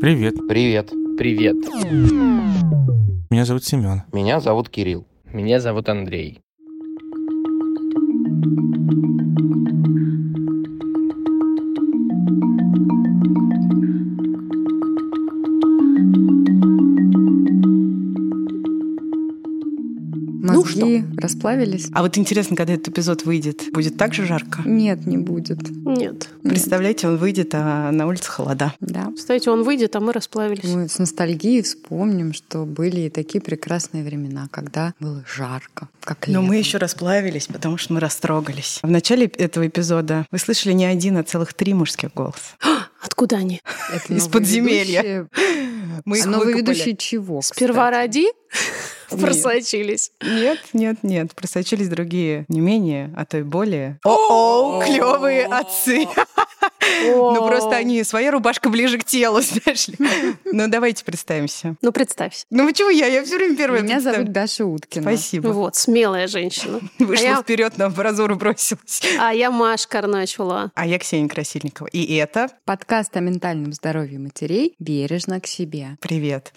Привет. Привет. Привет. Меня зовут Семен. Меня зовут Кирилл. Меня зовут Андрей. Мозги расплавились? А вот интересно, когда этот эпизод выйдет, будет так же жарко? Нет, не будет. Нет. Представляете, он выйдет, а на улице холода. Да. Кстати, он выйдет, а мы расплавились. Мы с ностальгией вспомним, что были и такие прекрасные времена, когда было жарко, как Но летом. мы еще расплавились, потому что мы растрогались. В начале этого эпизода вы слышали не один, а целых 3 мужских голоса. Откуда они? Это Из новые подземелья. ведущие. Мы их А новые выкопали. ведущие чего, Сперва кстати? ради просочились. Нет. Просочились другие, не менее, а то и более. О-о, клевые отцы. Ну, просто они, своя рубашка ближе к телу, знаешь ли. Ну, давайте представимся. Ну, представься. Ну, почему я? Я все время первая Меня представлю. зовут Даша Уткина. Спасибо. Вот, смелая женщина. Вышла вперед, на амбразуру бросилась. А я Маша Карначула. А я Ксения Красильникова. И это... Подкаст о ментальном здоровье матерей «Бережно к себе». Привет.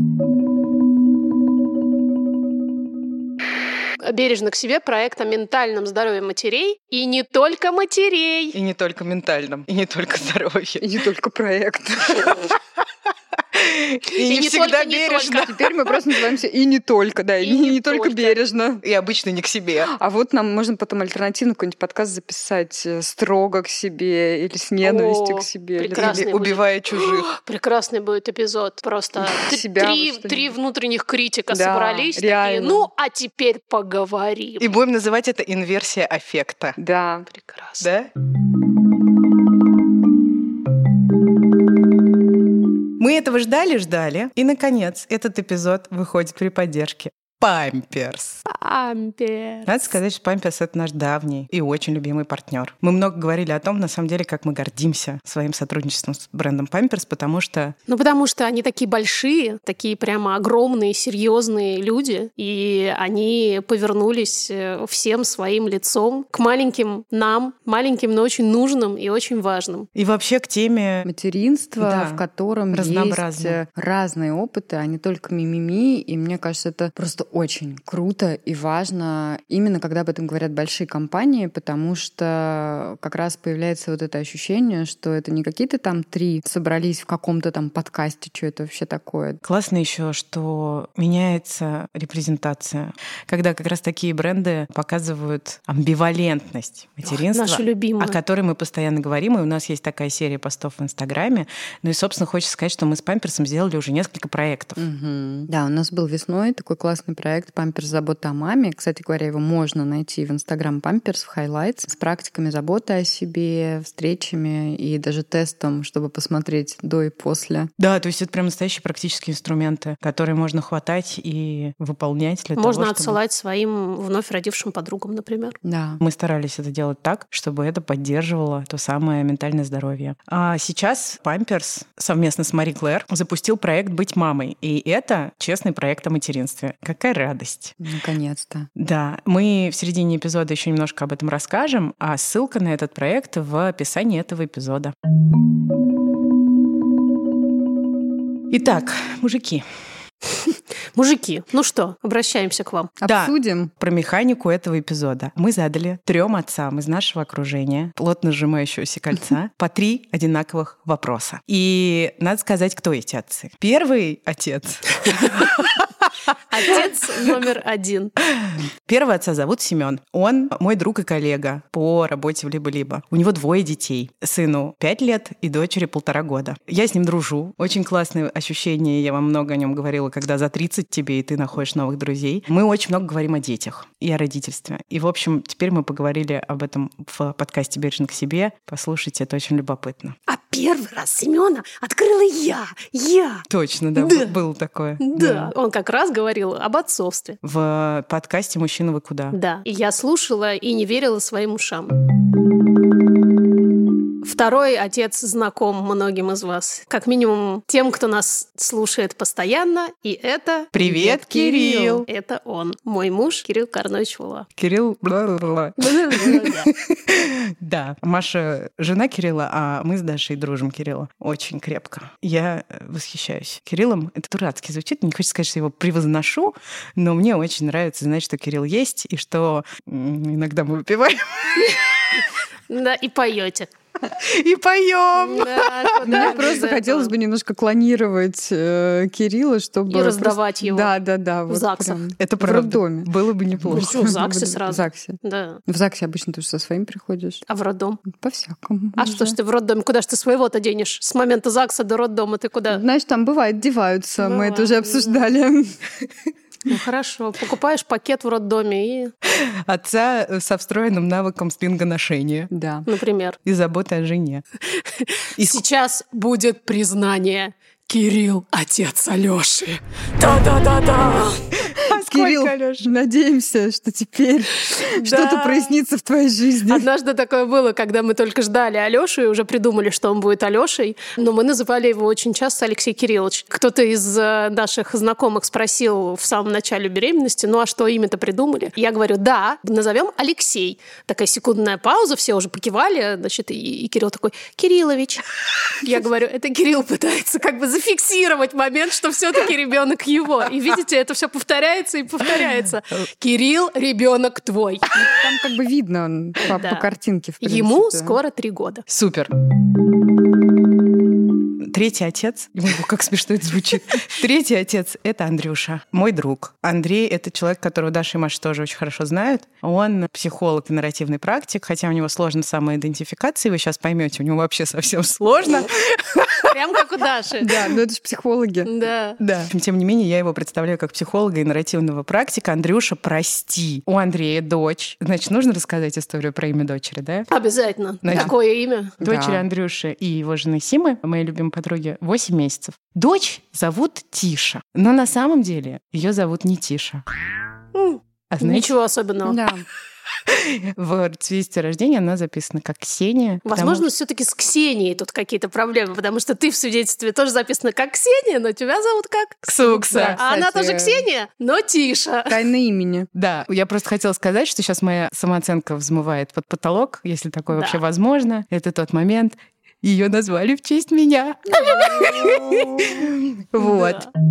Бережно к себе проект о ментальном здоровье матерей. И не только матерей. И не только ментальном, и не только здоровье. И не только проект. И не всегда бережно. Теперь мы просто называемся «И не только», да, и не только бережно. И обычно не к себе. А вот нам можно потом альтернативно какой-нибудь подкаст записать строго к себе или с ненавистью О, к себе. прекрасный Или будет. убивая чужих. Прекрасный будет эпизод. Просто Себя вот три что-нибудь. внутренних критика Да, собрались. Такие, реально. ну, а теперь поговорим. И будем называть это инверсия аффекта. Да. Прекрасно. Да? Мы этого ждали, и, наконец, этот эпизод выходит при поддержке Памперс. Памперс. Надо сказать, что Памперс — это наш давний и очень любимый партнер. Мы много говорили о том, на самом деле, как мы гордимся своим сотрудничеством с брендом Памперс, потому что... Ну, потому что они такие большие, такие прямо огромные, серьезные люди, и они повернулись всем своим лицом к маленьким нам, маленьким, но очень нужным и очень важным. И вообще к теме... Материнство, Да, в котором разнообразно. есть разные опыты, а не только мимими. И мне кажется, это просто очень круто и важно, именно когда об этом говорят большие компании, потому что как раз появляется вот это ощущение, что это не какие-то там 3 собрались в каком-то там подкасте, что это вообще такое. Классно еще, что меняется репрезентация, когда как раз такие бренды показывают амбивалентность материнства, Наша любимая. о которой мы постоянно говорим, и у нас есть такая серия постов в Инстаграме. Ну и, собственно, хочется сказать, что мы с Памперсом сделали уже несколько проектов. Да, у нас был весной такой классный проект «Памперс. Забота о маме». Кстати говоря, его можно найти в Инстаграм «Памперс» в highlights с практиками заботы о себе, встречами и даже тестом, чтобы посмотреть до и после. Да, то есть это прям настоящие практические инструменты, которые можно хватать и выполнять для Можно того, чтобы... отсылать своим вновь родившим подругам, например. Да. Мы старались это делать так, чтобы это поддерживало то самое ментальное здоровье. А сейчас Памперс совместно с Мари Клэр запустил проект «Быть мамой». И это честный проект о материнстве. Какая радость. Наконец-то. Да, мы в середине эпизода еще немножко об этом расскажем, а ссылка на этот проект в описании этого эпизода. Итак, мужики. Мужики, ну что, обращаемся к вам. Да. Обсудим. Про механику этого эпизода. Мы задали 3 отцам из нашего окружения, плотно сжимающегося кольца, по 3 одинаковых вопроса. И надо сказать, кто эти отцы. Первый отец. Отец номер 1. Первого отца зовут Семен. Он мой друг и коллега по работе в «Либо-либо». У него 2 детей. Сыну 5 лет и дочери 1,5 года. Я с ним дружу. Очень классное ощущение. Я вам много о нем говорила, когда за 30 тебе, и ты находишь новых друзей. Мы очень много говорим о детях и о родительстве. И, в общем, теперь мы поговорили об этом в подкасте «Бережно к себе». Послушайте, это очень любопытно. А первый раз Семена открыла я. Точно, да, Да. было такое. Да, он как раз говорил об отцовстве. В подкасте «Мужчина, вы куда?». Да, и я слушала и не верила своим ушам. В Второй отец знаком многим из вас. Как минимум тем, кто нас слушает постоянно. И это... Привет, Кирилл! Это он. Мой муж Кирилл Карнович Вула. Кирилл... Да, Маша жена Кирилла, а мы с Дашей дружим Кирилла. Очень крепко. Я восхищаюсь Кириллом. Это дурацки звучит. Не хочется сказать, что я его превозношу, но мне очень нравится знать, что Кирилл есть, и что иногда мы выпиваем. Да, и поете. И поем. Да, Мне просто хотелось бы немножко клонировать Кирилла, чтобы... И раздавать его. Да. В ЗАГСах. Это В правда. роддоме. Было бы неплохо. Ну что, в ЗАГСе сразу? В ЗАГСе. Да. В ЗАГСе обычно ты же со своим приходишь. А в роддом? По-всякому. А что ж ты в роддоме? Куда ж ты своего-то денешь? С момента ЗАГСа до роддома ты куда? Знаешь, там бывает, деваются. Мы Бывает, это уже обсуждали. Ну хорошо, покупаешь пакет в роддоме и, Отца со встроенным навыком спингоношения Да. например, и заботы о жене. сейчас будет признание. Кирилл — отец Алёши. Да-да-да-да. Кирилл, надеемся, что теперь что-то прояснится в твоей жизни. Однажды такое было, когда мы только ждали Алёшу и уже придумали, что он будет Алёшей, но мы называли его очень часто Алексей Кириллович. Кто-то из наших знакомых спросил в самом начале беременности, ну а что имя-то придумали? Я говорю, да, назовем Алексей. Такая секундная пауза, все уже покивали, значит, и Кирилл такой, Кириллович. Я говорю, это Кирилл пытается как бы зафиксировать момент, что все-таки ребенок его. И видите, это все повторяется и повторяется. Кирилл, ребенок твой. Там как бы видно по картинке, в принципе. Ему скоро 3 года. Супер. Третий отец, как смешно это звучит. Третий отец — это Андрюша, мой друг. Андрей — это человек, которого Даша и Маша тоже очень хорошо знают. Он психолог и нарративный практик, хотя у него сложно самоидентификация, вы сейчас поймете, у него вообще совсем сложно. Прям как у Даши. Да, но это же психологи. Да. Да. Тем не менее, я его представляю как психолога и нарративного практика. Андрюша, прости. У Андрея дочь. Значит, нужно рассказать историю про имя дочери, да? Обязательно. Значит, Какое имя? Дочери Да. Андрюши и его жены Симы, моей любимой подруги, 8 месяцев. Дочь зовут Тиша, но на самом деле ее зовут не Тиша. А знаете, Ничего особенного. Да. в свидетельстве о рождении она записана как Ксения. Возможно, все-таки с Ксенией тут какие-то проблемы, потому что ты в свидетельстве тоже записана как Ксения, но тебя зовут как? Ксукса. Да. А она Кстати, тоже Ксения, но Тиша. Тайное имени. Да, я просто хотела сказать, что сейчас моя самооценка взмывает под потолок, если такое Да. вообще возможно. Это тот момент. Ее назвали в честь меня. Вот. Да.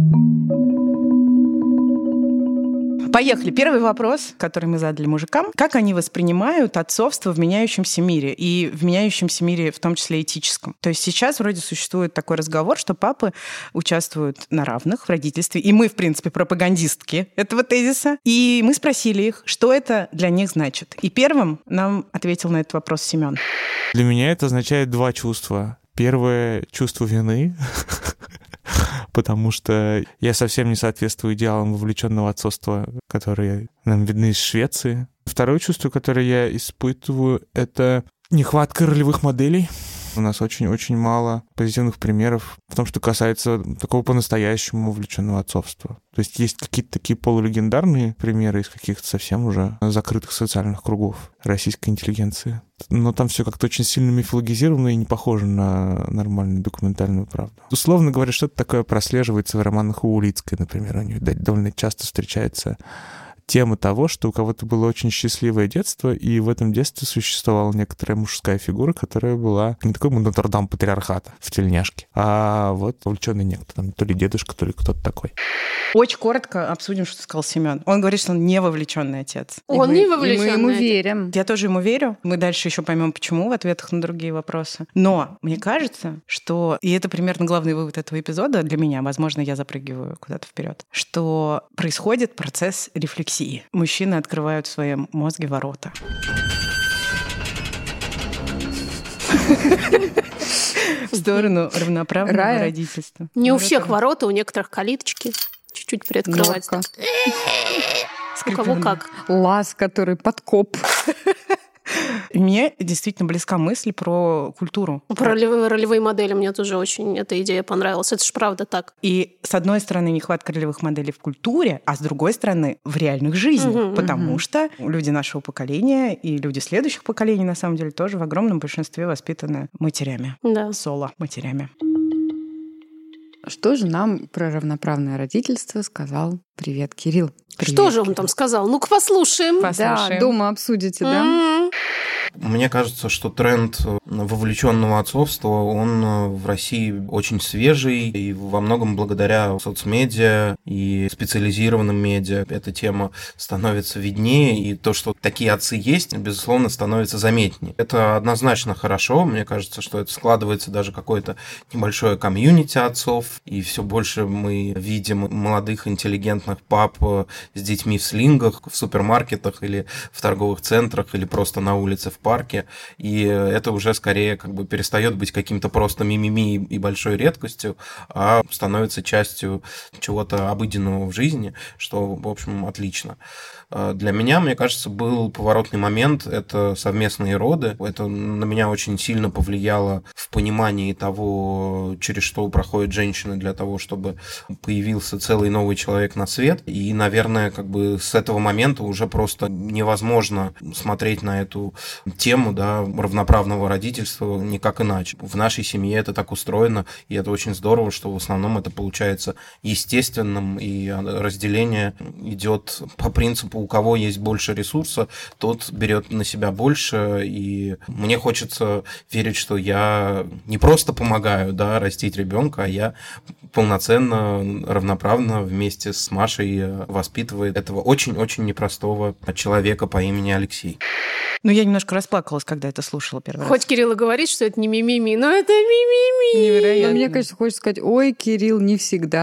Поехали. Первый вопрос, который мы задали мужикам. Как они воспринимают отцовство в меняющемся мире? И в меняющемся мире, в том числе этическом. То есть сейчас вроде существует такой разговор, что папы участвуют на равных в родительстве. И мы, в принципе, пропагандистки этого тезиса. И мы спросили их, что это для них значит. И первым нам ответил на этот вопрос Семён. Для меня это означает 2 чувства. Первое — чувство вины, потому что я совсем не соответствую идеалам вовлеченного отцовства, которые нам видны из Швеции. Второе чувство, которое я испытываю, это нехватка ролевых моделей. У нас очень-очень мало позитивных примеров в том, что касается такого по-настоящему вовлеченного отцовства. То есть есть какие-то такие полулегендарные примеры из каких-то совсем уже закрытых социальных кругов российской интеллигенции. Но там все как-то очень сильно мифологизировано и не похоже на нормальную документальную правду. Условно говоря, что-то такое прослеживается в романах Улицкой, например. У нее довольно часто встречается тема того, что у кого-то было очень счастливое детство, и в этом детстве существовала некоторая мужская фигура, которая была не такой Нотр-Дам патриархата в тельняшке, а вот увлеченный некто, там, то ли дедушка, то ли кто-то такой. Очень коротко обсудим, что сказал Семён. Он говорит, что он не вовлеченный отец. Он не вовлечен. Мы ему верим. Я тоже ему верю. Мы дальше еще поймем, почему в ответах на другие вопросы. Но мне кажется, что, и это примерно главный вывод этого эпизода для меня, возможно, я запрыгиваю куда-то вперед, что происходит процесс рефлексии. Мужчины открывают в своем мозге ворота. В сторону равноправного родительства. Не у всех ворота, у некоторых калиточки. Чуть-чуть приоткрывать. Норка. У кого как. Лаз, который подкоп. Мне действительно близка мысль про культуру. Про ролевые модели мне тоже очень эта идея понравилась. Это же правда так. И с одной стороны, нехватка ролевых моделей в культуре, а с другой стороны, в реальных жизнях. Потому что люди нашего поколения и люди следующих поколений, на самом деле, тоже в огромном большинстве воспитаны матерями. Да. Соло-матерями. Что же нам про равноправное родительство сказал привет, Кирилл? Привет, Что же он там сказал? Ну-ка послушаем. Да, дома обсудите, да? Мне кажется, что тренд вовлеченного отцовства, он в России очень свежий, и во многом благодаря соцмедиа и специализированным медиа эта тема становится виднее, и то, что такие отцы есть, безусловно, становится заметнее. Это однозначно хорошо, мне кажется, что это складывается даже какое-то небольшое комьюнити отцов, и все больше мы видим молодых интеллигентных пап с детьми в слингах, в супермаркетах или в торговых центрах, или просто на улице в парке, и это уже скорее как бы перестает быть каким-то просто мимими и большой редкостью, а становится частью чего-то обыденного в жизни, что, в общем, отлично. Для меня, мне кажется, был поворотный момент, это совместные роды. Это на меня очень сильно повлияло в понимании того, через что проходят женщины для того, чтобы появился целый новый человек на свет. И, наверное, как бы с этого момента уже просто невозможно смотреть на эту тему, да, равноправного родительства никак иначе. В нашей семье это так устроено, и это очень здорово, что в основном это получается естественным, и разделение идет по принципу, у кого есть больше ресурса, тот берет на себя больше, и мне хочется верить, что я не просто помогаю, да, растить ребенка, а я полноценно, равноправно вместе с Машей воспитываю этого очень-очень непростого человека по имени Алексей. Ну, я немножко расплакалась, когда это слушала первый раз. Хоть Кирилл и говорит, что это не мимими, но это мимими. Невероятно. Но мне кажется, хочется сказать, ой, Кирилл, не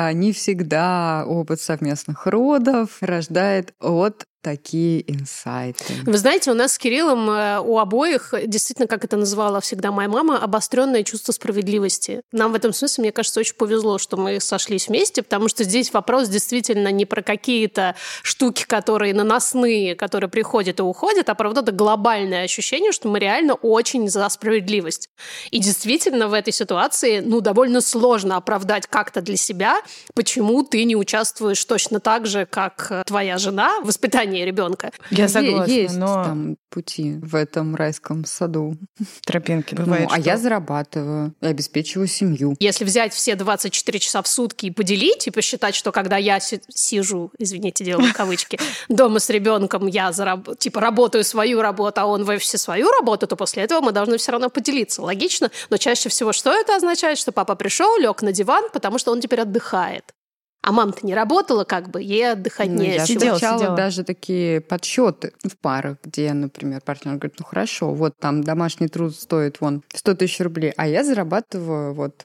всегда опыт совместных родов рождает вот такие инсайты. Вы знаете, у нас с Кириллом у обоих, действительно, как это называла всегда моя мама, обостренное чувство справедливости. Нам в этом смысле, мне кажется, очень повезло, что мы сошлись вместе, потому что здесь вопрос действительно не про какие-то штуки, которые наносные, которые приходят и уходят, а про вот это глобальное ощущение, что мы реально очень за справедливость. И действительно в этой ситуации, довольно сложно оправдать как-то для себя, почему ты не участвуешь точно так же, как твоя жена в воспитании ребенка. Я согласна, есть но там пути в этом райском саду. тропинки бывает. А я зарабатываю и обеспечиваю семью. Если взять все 24 часа в сутки и поделить, и посчитать, что когда я сижу, извините, делаю кавычки, дома с ребенком, я работаю свою работу, а он в офисе свою работу, то после этого мы должны все равно поделиться. Логично, но чаще всего что это означает? Что папа пришел, лег на диван, потому что он теперь отдыхает. А мама-то не работала, ей отдыхать не Я с чем. встречала даже такие подсчеты в парах, где, например, партнер говорит, хорошо, вот там домашний труд стоит 100 тысяч рублей, а я зарабатываю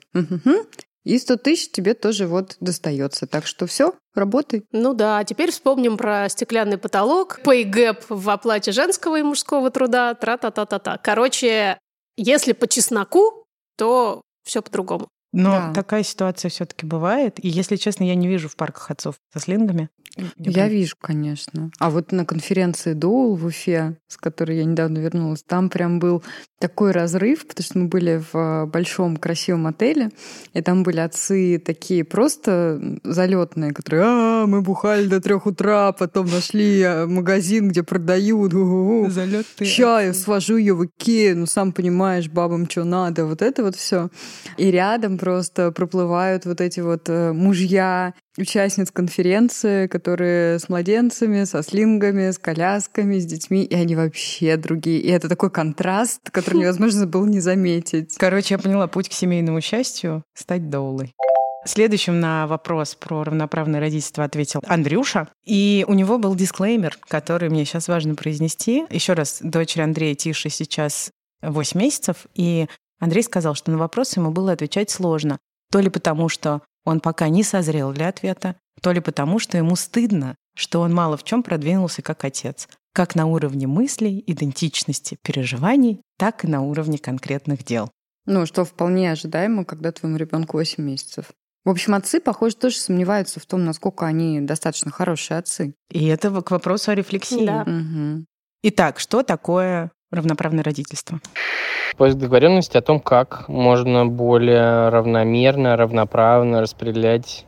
и 100 тысяч тебе тоже достается. Так что все, работай. Ну да, теперь вспомним про стеклянный потолок, pay gap в оплате женского и мужского труда, тра-та-та-та-та. Короче, если по чесноку, то все по-другому. Но такая ситуация все-таки бывает. И, если честно, я не вижу в парках отцов со слингами. Я вижу, конечно. А вот на конференции Доул в Уфе, с которой я недавно вернулась, там прям был такой разрыв, потому что мы были в большом красивом отеле, и там были отцы такие просто залетные, которые мы бухали до 3 утра, потом нашли магазин, где продают залетные чаю, свожу ее в Икею, сам понимаешь, бабам что надо, вот это вот все. И рядом просто проплывают вот эти мужья участниц конференции, которые с младенцами, со слингами, с колясками, с детьми, и они вообще другие. И это такой контраст, который невозможно было не заметить. Короче, я поняла, путь к семейному счастью — стать доулой. Следующим на вопрос про равноправное родительство ответил Андрюша. И у него был дисклеймер, который мне сейчас важно произнести. Еще раз, дочери Андрея Тише сейчас 8 месяцев, и Андрей сказал, что на вопросы ему было отвечать сложно. То ли потому, что он пока не созрел для ответа, то ли потому, что ему стыдно, что он мало в чем продвинулся как отец. Как на уровне мыслей, идентичности, переживаний, так и на уровне конкретных дел. Что вполне ожидаемо, когда твоему ребенку 8 месяцев. В общем, отцы, похоже, тоже сомневаются в том, насколько они достаточно хорошие отцы. И это к вопросу о рефлексии. Да. Угу. Итак, что такое равноправное родительство? Поиск договоренности о том, как можно более равномерно, равноправно распределять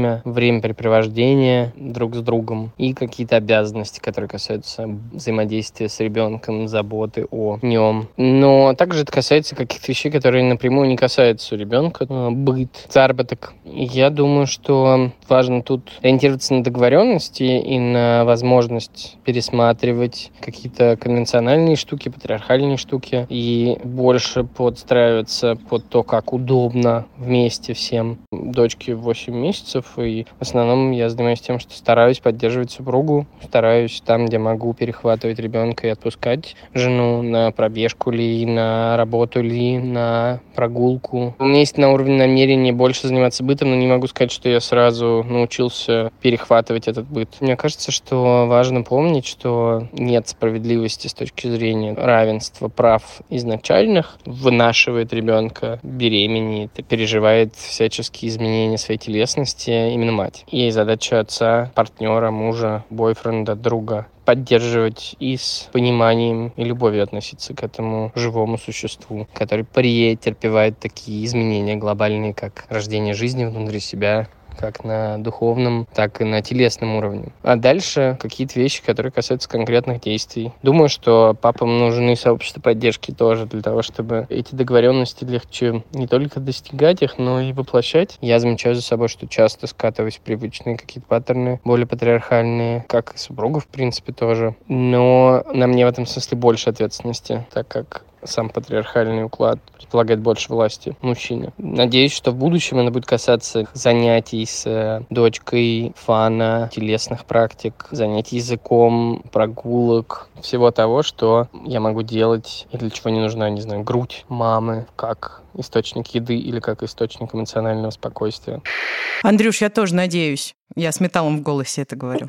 времяпрепровождения друг с другом и какие-то обязанности, которые касаются взаимодействия с ребенком, заботы о нем. Но также это касается каких-то вещей, которые напрямую не касаются ребенка, быт, заработок. Я думаю, что важно тут ориентироваться на договоренности и на возможность пересматривать какие-то конвенциональные штуки, патриархальные штуки и больше подстраиваться под то, как удобно вместе всем. Дочке 8 месяцев, и в основном я занимаюсь тем, что стараюсь поддерживать супругу, стараюсь там, где могу, перехватывать ребенка и отпускать жену на пробежку ли, на работу ли, на прогулку. У меня есть на уровне намерения больше заниматься бытом, но не могу сказать, что я сразу научился перехватывать этот быт. Мне кажется, что важно помнить, что нет справедливости с точки зрения равенства прав изначальных, вынашивает ребенка, беременеет, переживает всяческие изменения своей телесности именно мать. Ей задача отца, партнера, мужа, бойфренда, друга поддерживать и с пониманием и любовью относиться к этому живому существу, который претерпевает такие изменения глобальные, как рождение жизни внутри себя, как на духовном, так и на телесном уровне. А дальше какие-то вещи, которые касаются конкретных действий. Думаю, что папам нужны сообщества поддержки тоже для того, чтобы эти договоренности легче не только достигать их, но и воплощать. Я замечаю за собой, что часто скатываюсь в привычные какие-то паттерны, более патриархальные, как и супруга, в принципе, тоже. Но на мне в этом смысле больше ответственности, так как сам патриархальный уклад предполагает больше власти мужчины. Надеюсь, что в будущем это будет касаться занятий с дочкой, фана, телесных практик, занятий языком, прогулок, всего того, что я могу делать и для чего не нужна, не знаю, грудь мамы, как источник еды или как источник эмоционального спокойствия. Андрюш, я тоже надеюсь. Я с металлом в голосе это говорю.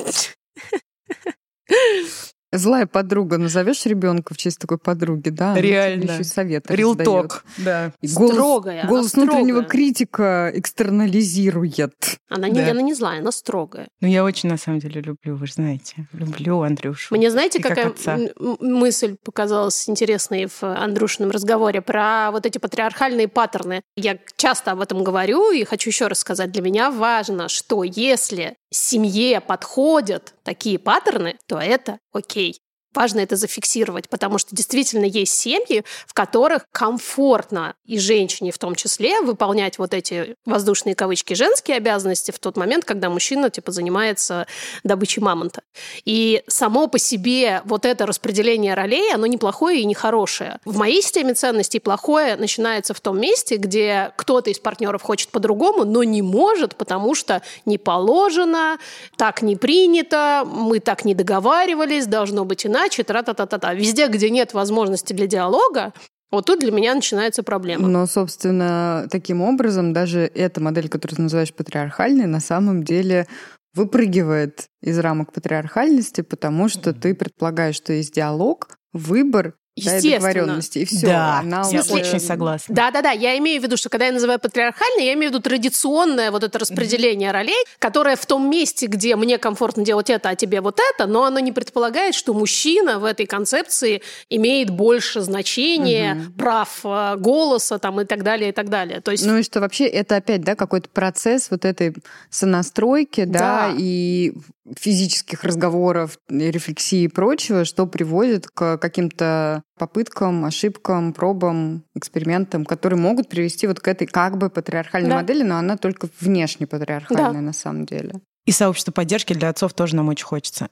Злая подруга, назовешь ребенка в честь такой подруги, да? Реально. Еще советы Real раздает. talk, да. Строгая. Голос внутреннего критика экстернализирует. Она не злая, она строгая. Ну, я очень, на самом деле, люблю, вы же знаете. Люблю Андрюшу. Мне знаете, И как какая отца. мысль показалась интересной в Андрюшином разговоре про вот эти патриархальные паттерны. Я часто об этом говорю и хочу еще раз сказать. Для меня важно, что если семье подходят такие паттерны, то это окей. Важно это зафиксировать, потому что действительно есть семьи, в которых комфортно и женщине в том числе выполнять вот эти воздушные кавычки женские обязанности в тот момент, когда мужчина занимается добычей мамонта. И само по себе вот это распределение ролей, оно неплохое и нехорошее. В моей системе ценностей плохое начинается в том месте, где кто-то из партнеров хочет по-другому, но не может, потому что не положено, так не принято, мы так не договаривались, должно быть иначе. Тра-та-та-та-та. Везде, где нет возможности для диалога, вот тут для меня начинается проблема. Но, собственно, таким образом даже эта модель, которую ты называешь патриархальной, на самом деле выпрыгивает из рамок патриархальности, потому что ты предполагаешь, что есть диалог, выбор, договоренности, и все. Да, я очень согласна. Да-да-да, я имею в виду, что когда я называю патриархальной, я имею в виду традиционное вот это распределение ролей, которое в том месте, где мне комфортно делать это, а тебе вот это, но оно не предполагает, что мужчина в этой концепции имеет больше значения, прав голоса там, и так далее, и так далее. То есть... Ну и что вообще это опять, да, какой-то процесс вот этой сонастройки, да, и физических разговоров, рефлексии и прочего, что приводит к каким-то попыткам, ошибкам, пробам, экспериментам, которые могут привести вот к этой как бы патриархальной модели, но она только внешне патриархальная на самом деле. И сообщество поддержки для отцов тоже нам очень хочется.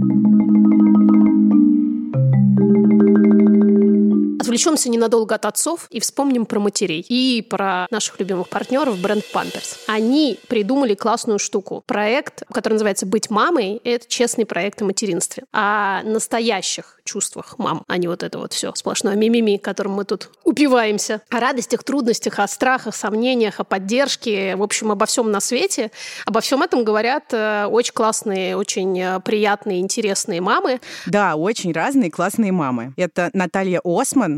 Отвлечемся ненадолго от отцов и вспомним про матерей и про наших любимых партнеров бренд Pampers. Они придумали классную штуку. Проект, который называется «Быть мамой», — это честный проект о материнстве. О настоящих чувствах мам, а не вот это вот все сплошное мимими, которым мы тут упиваемся. О радостях, трудностях, о страхах, сомнениях, о поддержке, в общем, обо всем на свете. Обо всем этом говорят очень классные, очень приятные, интересные мамы. Да, очень разные классные мамы. Это Наталья Осман,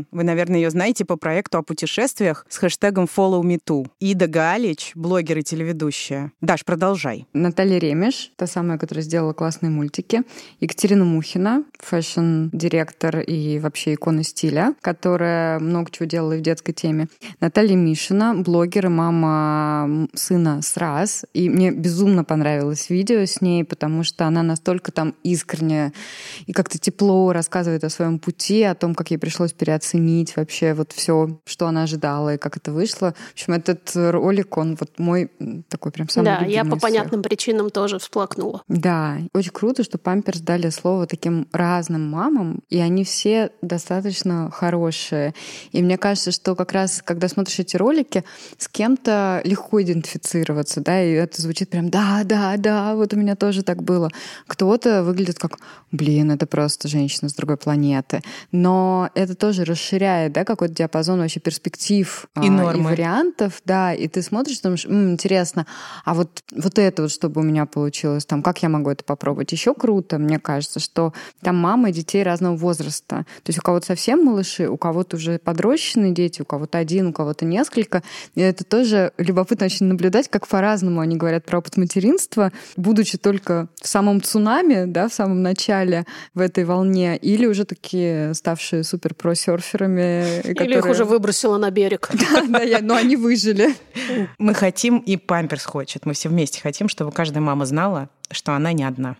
Семен. Вы, наверное, ее знаете по проекту о путешествиях с хэштегом #FollowMeToo. Ида Галич, блогер и телеведущая. Даш, продолжай. Наталья Ремеш, та самая, которая сделала классные мультики. Екатерина Мухина, фэшн-директор и вообще икона стиля, которая много чего делала и в детской теме. Наталья Мишина, блогер и мама сына Сраз. И мне безумно понравилось видео с ней, потому что она настолько там искренне и как-то тепло рассказывает о своем пути, о том, как ей пришлось переоценить вообще вот все, что она ожидала и как это вышло. В общем, этот ролик, он вот мой такой прям самый любимый. Да, я по понятным причинам тоже всплакнула. Да, очень круто, что Памперс дали слово таким разным мамам, и они все достаточно хорошие. И мне кажется, что как раз, когда смотришь эти ролики, с кем-то легко идентифицироваться, да, и это звучит прям да, вот у меня тоже так было. Кто-то выглядит как, это просто женщина с другой планеты. Но это тоже расширяет, да, какой-то диапазон вообще перспектив и нормы. И вариантов, да, и ты смотришь, думаешь, интересно, а вот это вот, чтобы у меня получилось, там, как я могу это попробовать? Еще круто, мне кажется, что там мамы детей разного возраста. То есть у кого-то совсем малыши, у кого-то уже подрощенные дети, у кого-то один, у кого-то несколько. И это тоже любопытно очень наблюдать, как по-разному они говорят про опыт материнства, будучи только в самом цунами, да, в самом начале в этой волне, или уже такие ставшие супер-про-серферами. Или их уже выбросило на берег. Да, но они выжили. Мы хотим, и Памперс хочет, мы все вместе хотим, чтобы каждая мама знала, что она не одна.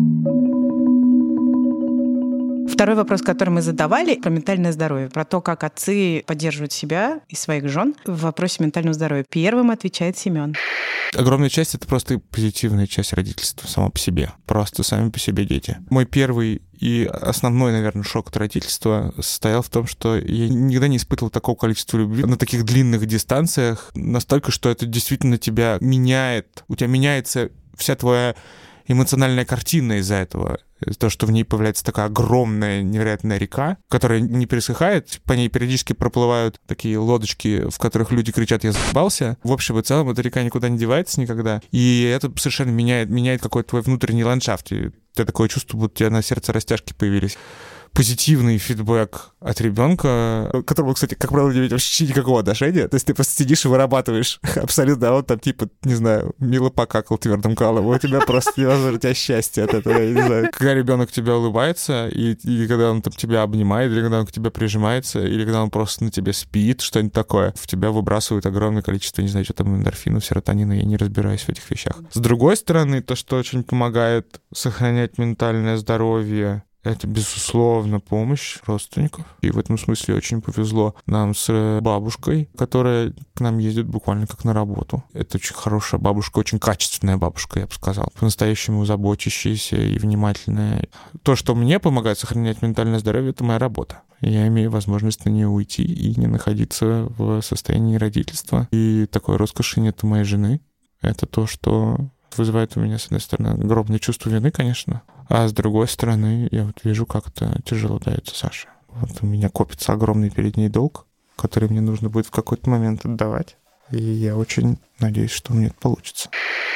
Второй вопрос, который мы задавали, про ментальное здоровье, про то, как отцы поддерживают себя и своих жен в вопросе ментального здоровья. Первым отвечает Семен. Огромная часть — это просто позитивная часть родительства само по себе. Просто сами по себе дети. Мой первый и основной, наверное, шок от родительства состоял в том, что я никогда не испытывал такого количества любви на таких длинных дистанциях, настолько, что это действительно тебя меняет. У тебя меняется вся твоя эмоциональная картина из-за этого. То, что в ней появляется такая огромная, невероятная река, которая не пересыхает, по ней периодически проплывают такие лодочки, в которых люди кричат «я заебался». В общем и целом эта река никуда не девается никогда, и это совершенно меняет какой-то твой внутренний ландшафт. И у тебя такое чувство, будто у тебя на сердце растяжки появились. Позитивный фидбэк от ребенка, к которому, кстати, как правило, не имеет вообще никакого отношения. То есть ты просто сидишь и вырабатываешь абсолютно, а он там типа, не знаю, мило покакал твердым калом, у тебя просто невозможно, у тебя счастье от этого, я не знаю. Когда ребенок тебя улыбается, и когда он там тебя обнимает, или когда он к тебе прижимается, или когда он просто на тебе спит, что-нибудь такое, в тебя выбрасывают огромное количество, не знаю, что там, эндорфинов, серотонина, я не разбираюсь в этих вещах. С другой стороны, то, что очень помогает сохранять ментальное здоровье, это, безусловно, помощь родственников. И в этом смысле очень повезло нам с бабушкой, которая к нам ездит буквально как на работу. Это очень хорошая бабушка, очень качественная бабушка, я бы сказал. По-настоящему заботящаяся и внимательная. То, что мне помогает сохранять ментальное здоровье, это моя работа. Я имею возможность на нее уйти и не находиться в состоянии родительства. И такой роскоши нет у моей жены. Это то, что вызывает у меня, с одной стороны, огромное чувство вины, конечно, а с другой стороны, я вот вижу, как это тяжело дается Саше. Вот у меня копится огромный перед ней долг, который мне нужно будет в какой-то момент отдавать. И я очень надеюсь, что у меня это получится.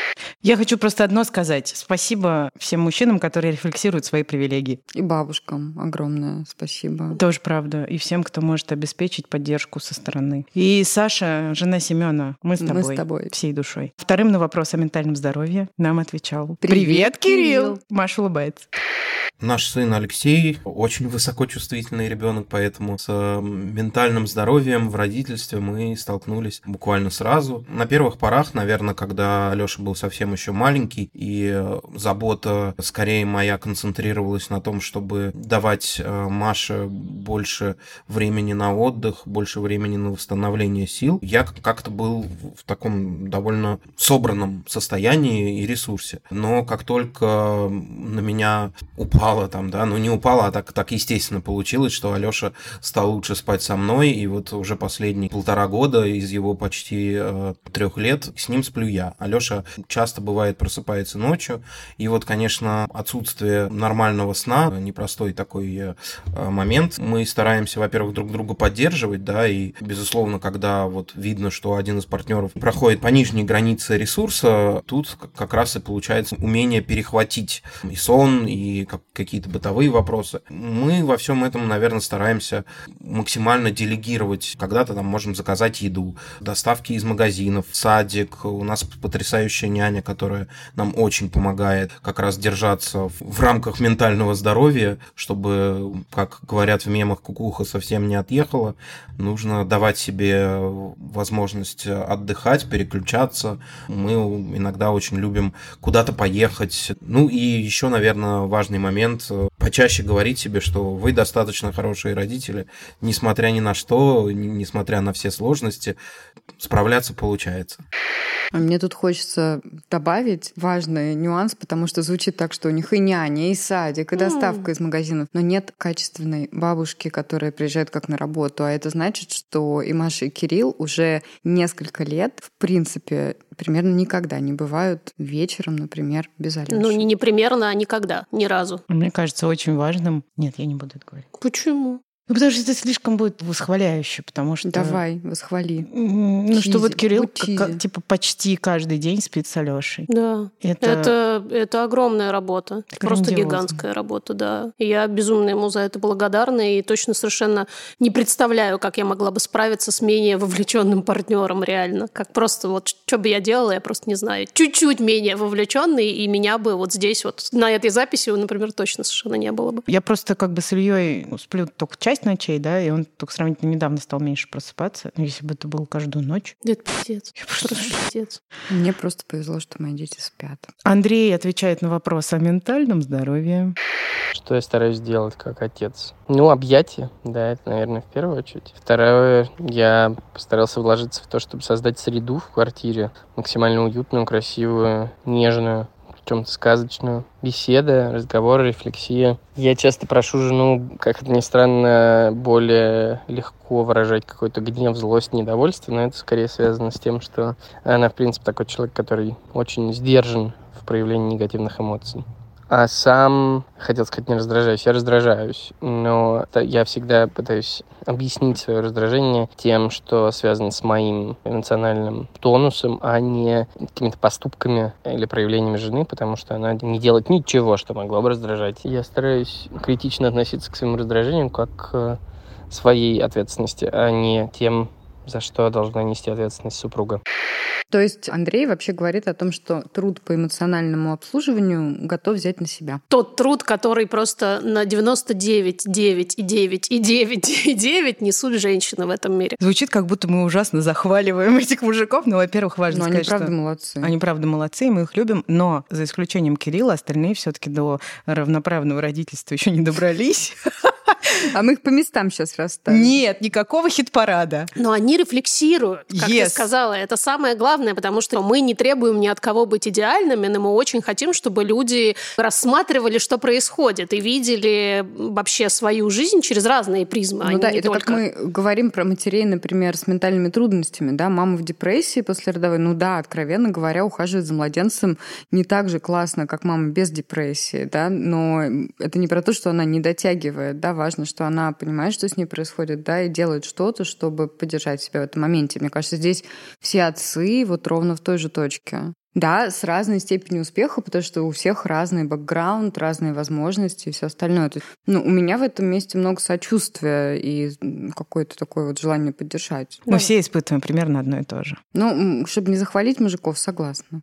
Я хочу просто одно сказать. Спасибо всем мужчинам, которые рефлексируют свои привилегии. И бабушкам огромное спасибо. Тоже правда. И всем, кто может обеспечить поддержку со стороны. И Саша, жена Семена, мы с тобой. Всей душой. Вторым на вопрос о ментальном здоровье нам отвечал. Привет, Кирилл! Маша улыбается. Наш сын Алексей очень высокочувствительный ребенок, поэтому с ментальным здоровьем в родительстве мы столкнулись буквально сразу. На первых порах, наверное, когда Алёша был совсем еще маленький, и забота скорее моя концентрировалась на том, чтобы давать Маше больше времени на отдых, больше времени на восстановление сил. Я как-то был в таком довольно собранном состоянии и ресурсе. Но как только на меня упала там, да, не упала, а так естественно получилось, что Алёша стал лучше спать со мной, и вот уже последние 1,5 года из его почти 3 лет с ним сплю я. Алёша часто бывает просыпается ночью, и вот, конечно, отсутствие нормального сна, непростой такой момент. Мы стараемся, во-первых, друг друга поддерживать, да, и, безусловно, когда вот видно, что один из партнеров проходит по нижней границе ресурса, тут как раз и получается умение перехватить и сон, и какие-то бытовые вопросы. Мы во всем этом, наверное, стараемся максимально делегировать. Когда-то там можем заказать еду, доставки из магазинов, садик. У нас потрясающая няня, которая нам очень помогает как раз держаться в рамках ментального здоровья, чтобы, как говорят в мемах, кукуха совсем не отъехала. Нужно давать себе возможность отдыхать, переключаться. Мы иногда очень любим куда-то поехать. Ну и еще, наверное, важный момент. Почаще говорить себе, что вы достаточно хорошие родители, несмотря ни на что, несмотря на все сложности, справляться получается. Мне тут хочется добавить важный нюанс, потому что звучит так, что у них и няня, и садик, и доставка из магазинов, но нет качественной бабушки, которая приезжает как на работу. А это значит, что и Маша, и Кирилл уже несколько лет, в принципе, примерно никогда не бывают вечером, например, без Алёши. Ну, не примерно, а никогда, ни разу. Мне кажется очень важным... Нет, я не буду это говорить. Почему? Ну, потому что это слишком будет восхваляюще, потому что... Давай, восхвали. Ну, Чизи, что вот Кирилл будь типа почти каждый день спит с Алёшей. Да. Это огромная работа. Это просто грандиозно. гигантская работа, да. И я безумно ему за это благодарна и точно совершенно не представляю, как я могла бы справиться с менее вовлеченным партнером реально. Как просто вот что бы я делала, я просто не знаю. Чуть-чуть менее вовлеченный, и меня бы вот здесь вот на этой записи, например, точно совершенно не было бы. Я просто как бы с Ильей сплю только часть ночей, да, и он только сравнительно недавно стал меньше просыпаться. Но если бы это было каждую ночь... Это пиздец. Просто пиздец. Мне просто повезло, что мои дети спят. Андрей отвечает на вопрос о ментальном здоровье. Что я стараюсь делать как отец? Ну, объятия, да, это, наверное, в первую очередь. Второе, я постарался вложиться в то, чтобы создать среду в квартире максимально уютную, красивую, нежную, в чем-то сказочную. Беседа, разговоры, рефлексия. Я часто прошу жену, как это ни странно, более легко выражать какой-то гнев, злость, недовольство, но это скорее связано с тем, что она, в принципе, такой человек, который очень сдержан в проявлении негативных эмоций. А сам, хотел сказать, не раздражаюсь, я раздражаюсь, но я всегда пытаюсь объяснить свое раздражение тем, что связано с моим эмоциональным тонусом, а не какими-то поступками или проявлениями жены, потому что она не делает ничего, что могло бы раздражать. Я стараюсь критично относиться к своему раздражению как к своей ответственности, а не тем, за что должна нести ответственность супруга. То есть Андрей вообще говорит о том, что труд по эмоциональному обслуживанию готов взять на себя. Тот труд, который просто на 99,9 несут женщины в этом мире. Звучит, как будто мы ужасно захваливаем этих мужиков. Но, во-первых, важно сказать, они правда что... молодцы. Они правда молодцы, и мы их любим. Но за исключением Кирилла, остальные все-таки до равноправного родительства еще не добрались. А мы их по местам сейчас расставим. Нет, никакого хит-парада. Но они рефлексируют, как Yes. ты сказала. Это самое главное, потому что мы не требуем ни от кого быть идеальными, но мы очень хотим, чтобы люди рассматривали, что происходит, и видели вообще свою жизнь через разные призмы. Ну да, не это только... как мы говорим про матерей, например, с ментальными трудностями, да, мама в депрессии послеродовой, ну да, откровенно говоря, ухаживать за младенцем не так же классно, как мама без депрессии, да, но это не про то, что она не дотягивает, да, важно, что она понимает, что с ней происходит, да, и делает что-то, чтобы поддержать себя в этом моменте. Мне кажется, здесь все отцы вот ровно в той же точке. Да, с разной степенью успеха, потому что у всех разный бэкграунд, разные возможности и все остальное. То есть, ну, у меня в этом месте много сочувствия и какое-то такое вот желание поддержать. Мы все испытываем примерно одно и то же. Ну, чтобы не захвалить мужиков, согласна.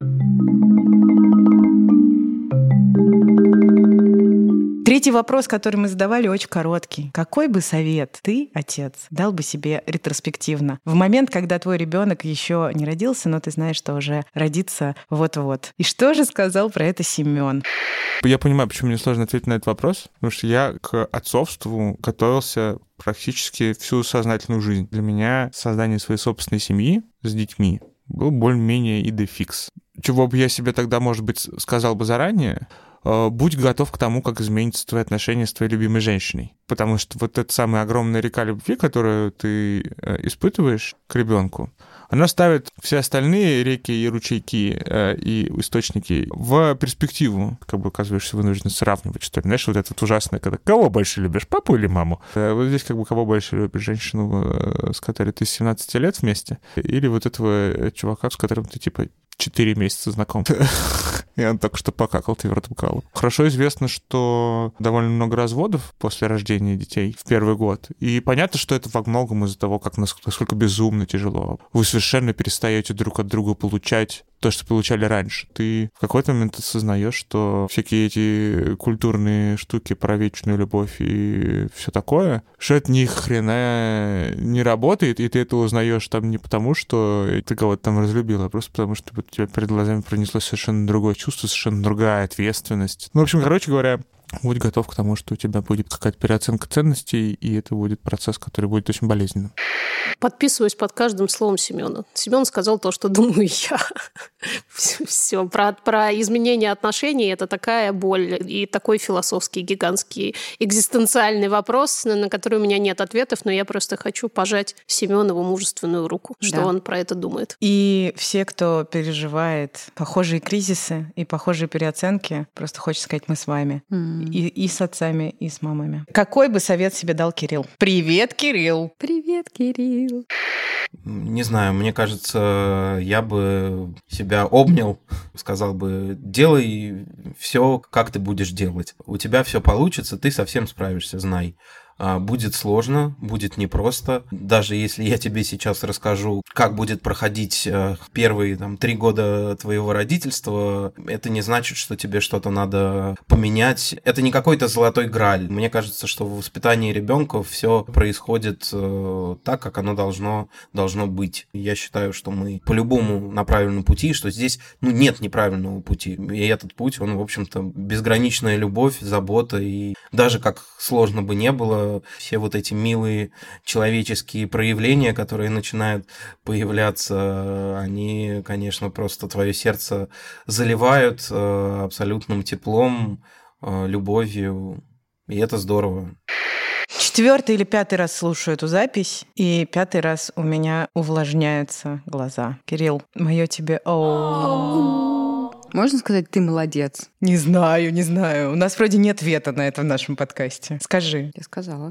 Третий вопрос, который мы задавали, очень короткий. Какой бы совет ты, отец, дал бы себе ретроспективно в момент, когда твой ребенок еще не родился, но ты знаешь, что уже родится вот-вот? И что же сказал про это Семен? Я понимаю, почему мне сложно ответить на этот вопрос, потому что я к отцовству готовился практически всю сознательную жизнь. Для меня создание своей собственной семьи с детьми был более-менее идея-фикс. Чего бы я себе тогда, может быть, сказал бы заранее, будь готов к тому, как изменятся твои отношения с твоей любимой женщиной. Потому что вот эта самая огромная река любви, которую ты испытываешь к ребенку, она ставит все остальные реки и ручейки и источники в перспективу. Как бы оказываешься вынужден сравнивать, что ли. Знаешь, вот это вот ужасное, когда кого больше любишь, папу или маму? Вот здесь как бы кого больше любишь? Женщину, с которой ты с 17 лет вместе? Или вот этого чувака, с которым ты типа 4 месяца знаком? И он только что покакал твердым калом. Хорошо известно, что довольно много разводов после рождения детей в первый год. И понятно, что это во многом из-за того, насколько безумно тяжело. Вы совершенно перестаете друг от друга получать то, что получали раньше. Ты в какой-то момент осознаешь, что всякие эти культурные штуки про вечную любовь и все такое, что это ни хрена не работает, и ты это узнаешь там не потому, что ты кого-то там разлюбил, а просто потому, что у тебя перед глазами пронеслось совершенно другое чувство, совершенно другая ответственность. Ну, в общем, короче говоря, будь готов к тому, что у тебя будет какая-то переоценка ценностей, и это будет процесс, который будет очень болезненным. Подписываюсь под каждым словом Семёна. Семён сказал то, что думаю я. Все. Про изменение отношений — это такая боль и такой философский, гигантский, экзистенциальный вопрос, на который у меня нет ответов, но я просто хочу пожать Семёнову мужественную руку, что он про это думает. И все, кто переживает похожие кризисы и похожие переоценки, просто хочется сказать, мы с вами. И с отцами, и с мамами. Какой бы совет себе дал Кирилл? Привет, Кирилл! Привет, Кирилл! Не знаю, мне кажется, я бы себя обнял, сказал бы, делай все, как ты будешь делать. У тебя все получится, ты совсем справишься, знай. Будет сложно, будет непросто. Даже если я тебе сейчас расскажу, как будет проходить первые 3 года твоего родительства, это не значит, что тебе что-то надо поменять. Это не какой-то золотой грааль. Мне кажется, что в воспитании ребенка все происходит так, как оно должно быть. Я считаю, что мы по-любому на правильном пути, что здесь нет неправильного пути. И этот путь, он, в общем-то, безграничная любовь, забота. И даже как сложно бы не было, все вот эти милые человеческие проявления, которые начинают появляться, они, конечно, просто твое сердце заливают абсолютным теплом, любовью, и это здорово. 4-й или 5-й раз слушаю эту запись, и 5-й раз у меня увлажняются глаза. Кирилл, мое тебе Можно сказать, ты молодец? Не знаю. У нас вроде нет вето на это в нашем подкасте. Скажи. Я сказала.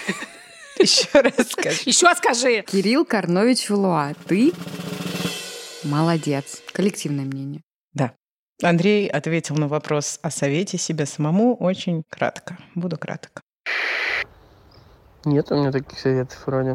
Еще раз скажи. Еще скажи. Кирилл Карнович Валуа, ты молодец. Коллективное мнение. Да. Андрей ответил на вопрос о совете себе самому очень кратко. Буду краток. Нет у меня таких советов вроде.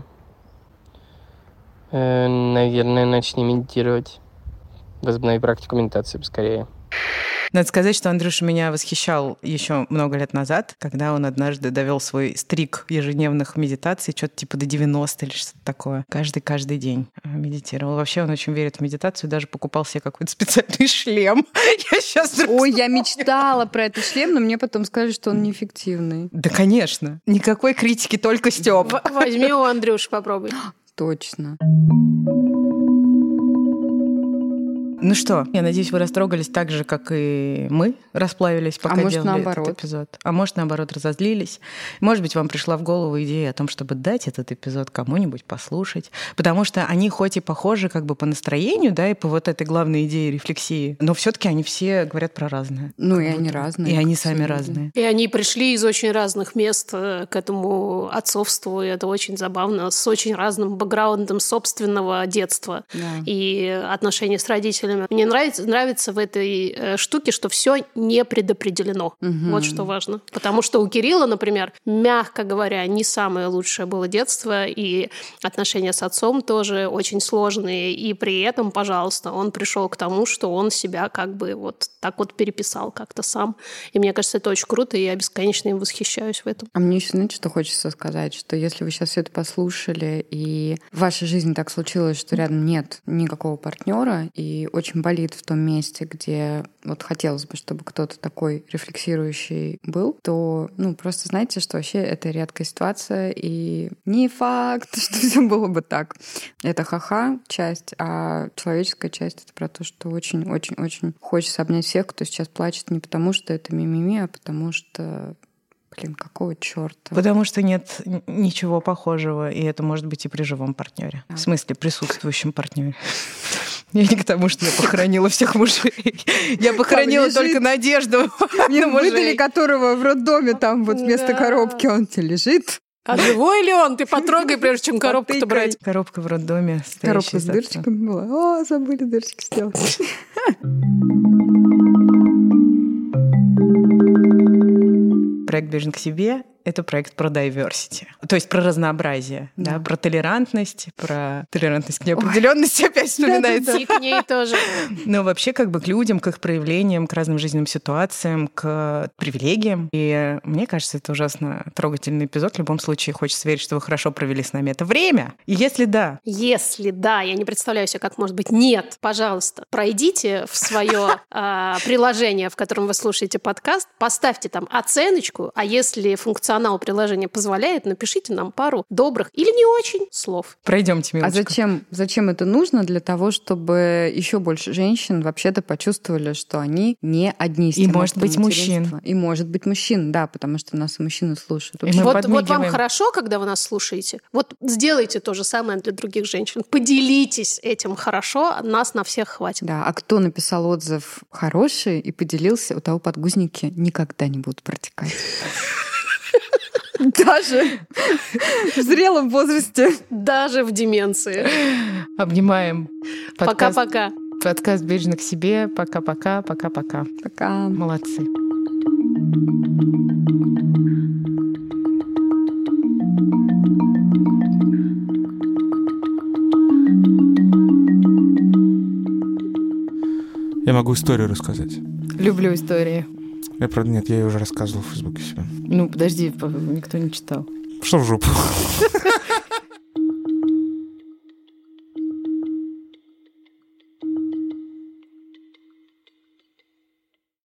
Наверное, начни медитировать. Возобнови практику медитации скорее. Надо сказать, что Андрюша меня восхищал еще много лет назад, когда он однажды довел свой стрик ежедневных медитаций, что-то типа до 90 или что-то такое. Каждый день медитировал. Вообще он очень верит в медитацию, даже покупал себе какой-то специальный шлем. Я мечтала про этот шлем, но мне потом сказали, что он неэффективный. Да, конечно. Никакой критики, только Стёп. Возьми у Андрюши, попробуй. Точно. Ну что, я надеюсь, вы растрогались так же, как и мы расплавились, пока делали этот эпизод. А может, наоборот, разозлились. Может быть, вам пришла в голову идея о том, чтобы дать этот эпизод кому-нибудь послушать. Потому что они хоть и похожи как бы по настроению, да, и по вот этой главной идее рефлексии, но все-таки они все говорят про разное. Ну, и они разные. И они сами разные. И они пришли из очень разных мест к этому отцовству, и это очень забавно, с очень разным бэкграундом собственного детства и отношений с родителями. Мне нравится в этой штуке, что все не предопределено. Вот что важно. Потому что у Кирилла, например, мягко говоря, не самое лучшее было детство, и отношения с отцом тоже очень сложные. И при этом, пожалуйста, он пришел к тому, что он себя как бы вот так вот переписал как-то сам. И мне кажется, это очень круто, и я бесконечно им восхищаюсь в этом. А мне еще, знаете, что хочется сказать? Что если вы сейчас все это послушали, и в вашей жизни так случилось, что рядом нет никакого партнера, и очень болит в том месте, где вот хотелось бы, чтобы кто-то такой рефлексирующий был, то, просто знайте, что вообще это редкая ситуация, и не факт, что все было бы так. Это ха-ха часть, а человеческая часть — это про то, что очень-очень-очень хочется обнять всех, кто сейчас плачет не потому, что это мимими, а потому что... какого черта? Потому что нет ничего похожего, и это может быть и при живом партнере. В смысле, присутствующем партнере. Я не к тому, что я похоронила всех мужей. Я похоронила только надежду. Мне выдали, которого в роддоме там вот вместо коробки он тебе лежит. А живой ли он? Ты потрогай, прежде чем коробку-то брать. Коробка в роддоме. Коробка с дырочками была. О, забыли дырочки сделать. проект «Бережно к себе» — это проект про diversity, то есть про разнообразие, да, про толерантность к неопределенности опять вспоминается. И к ней тоже. Но вообще как бы к людям, к их проявлениям, к разным жизненным ситуациям, к привилегиям. И мне кажется, это ужасно трогательный эпизод. В любом случае, хочется верить, что вы хорошо провели с нами это время. И если да, я не представляю себе, как может быть нет, пожалуйста, пройдите в свое приложение, в котором вы слушаете подкаст, поставьте там оценочку, а если функционал приложения позволяет, напишите нам пару добрых или не очень слов. пройдемте А минуточку. зачем это нужно? Для того, чтобы еще больше женщин вообще-то почувствовали, что они не одни с И, тем может быть, опытом мужчин. материнства. И, может быть, мужчин, да, потому что нас и мужчины слушают. И мы Вот вам подмигиваем. хорошо, когда вы нас слушаете? Вот сделайте то же самое для других женщин. Поделитесь этим хорошо, нас на всех хватит. Да, а кто написал отзыв хороший и поделился, у того подгузники никогда не будут протекать. Даже в зрелом возрасте. Даже в деменции. Обнимаем. Пока-пока. Подкаст «Бережно к себе». Пока-пока, пока-пока. Пока. Молодцы. Я могу историю рассказать. Люблю истории. Правда, нет, я ее уже рассказывал в Фейсбуке себе. Ну, подожди, никто не читал. Что в жопу?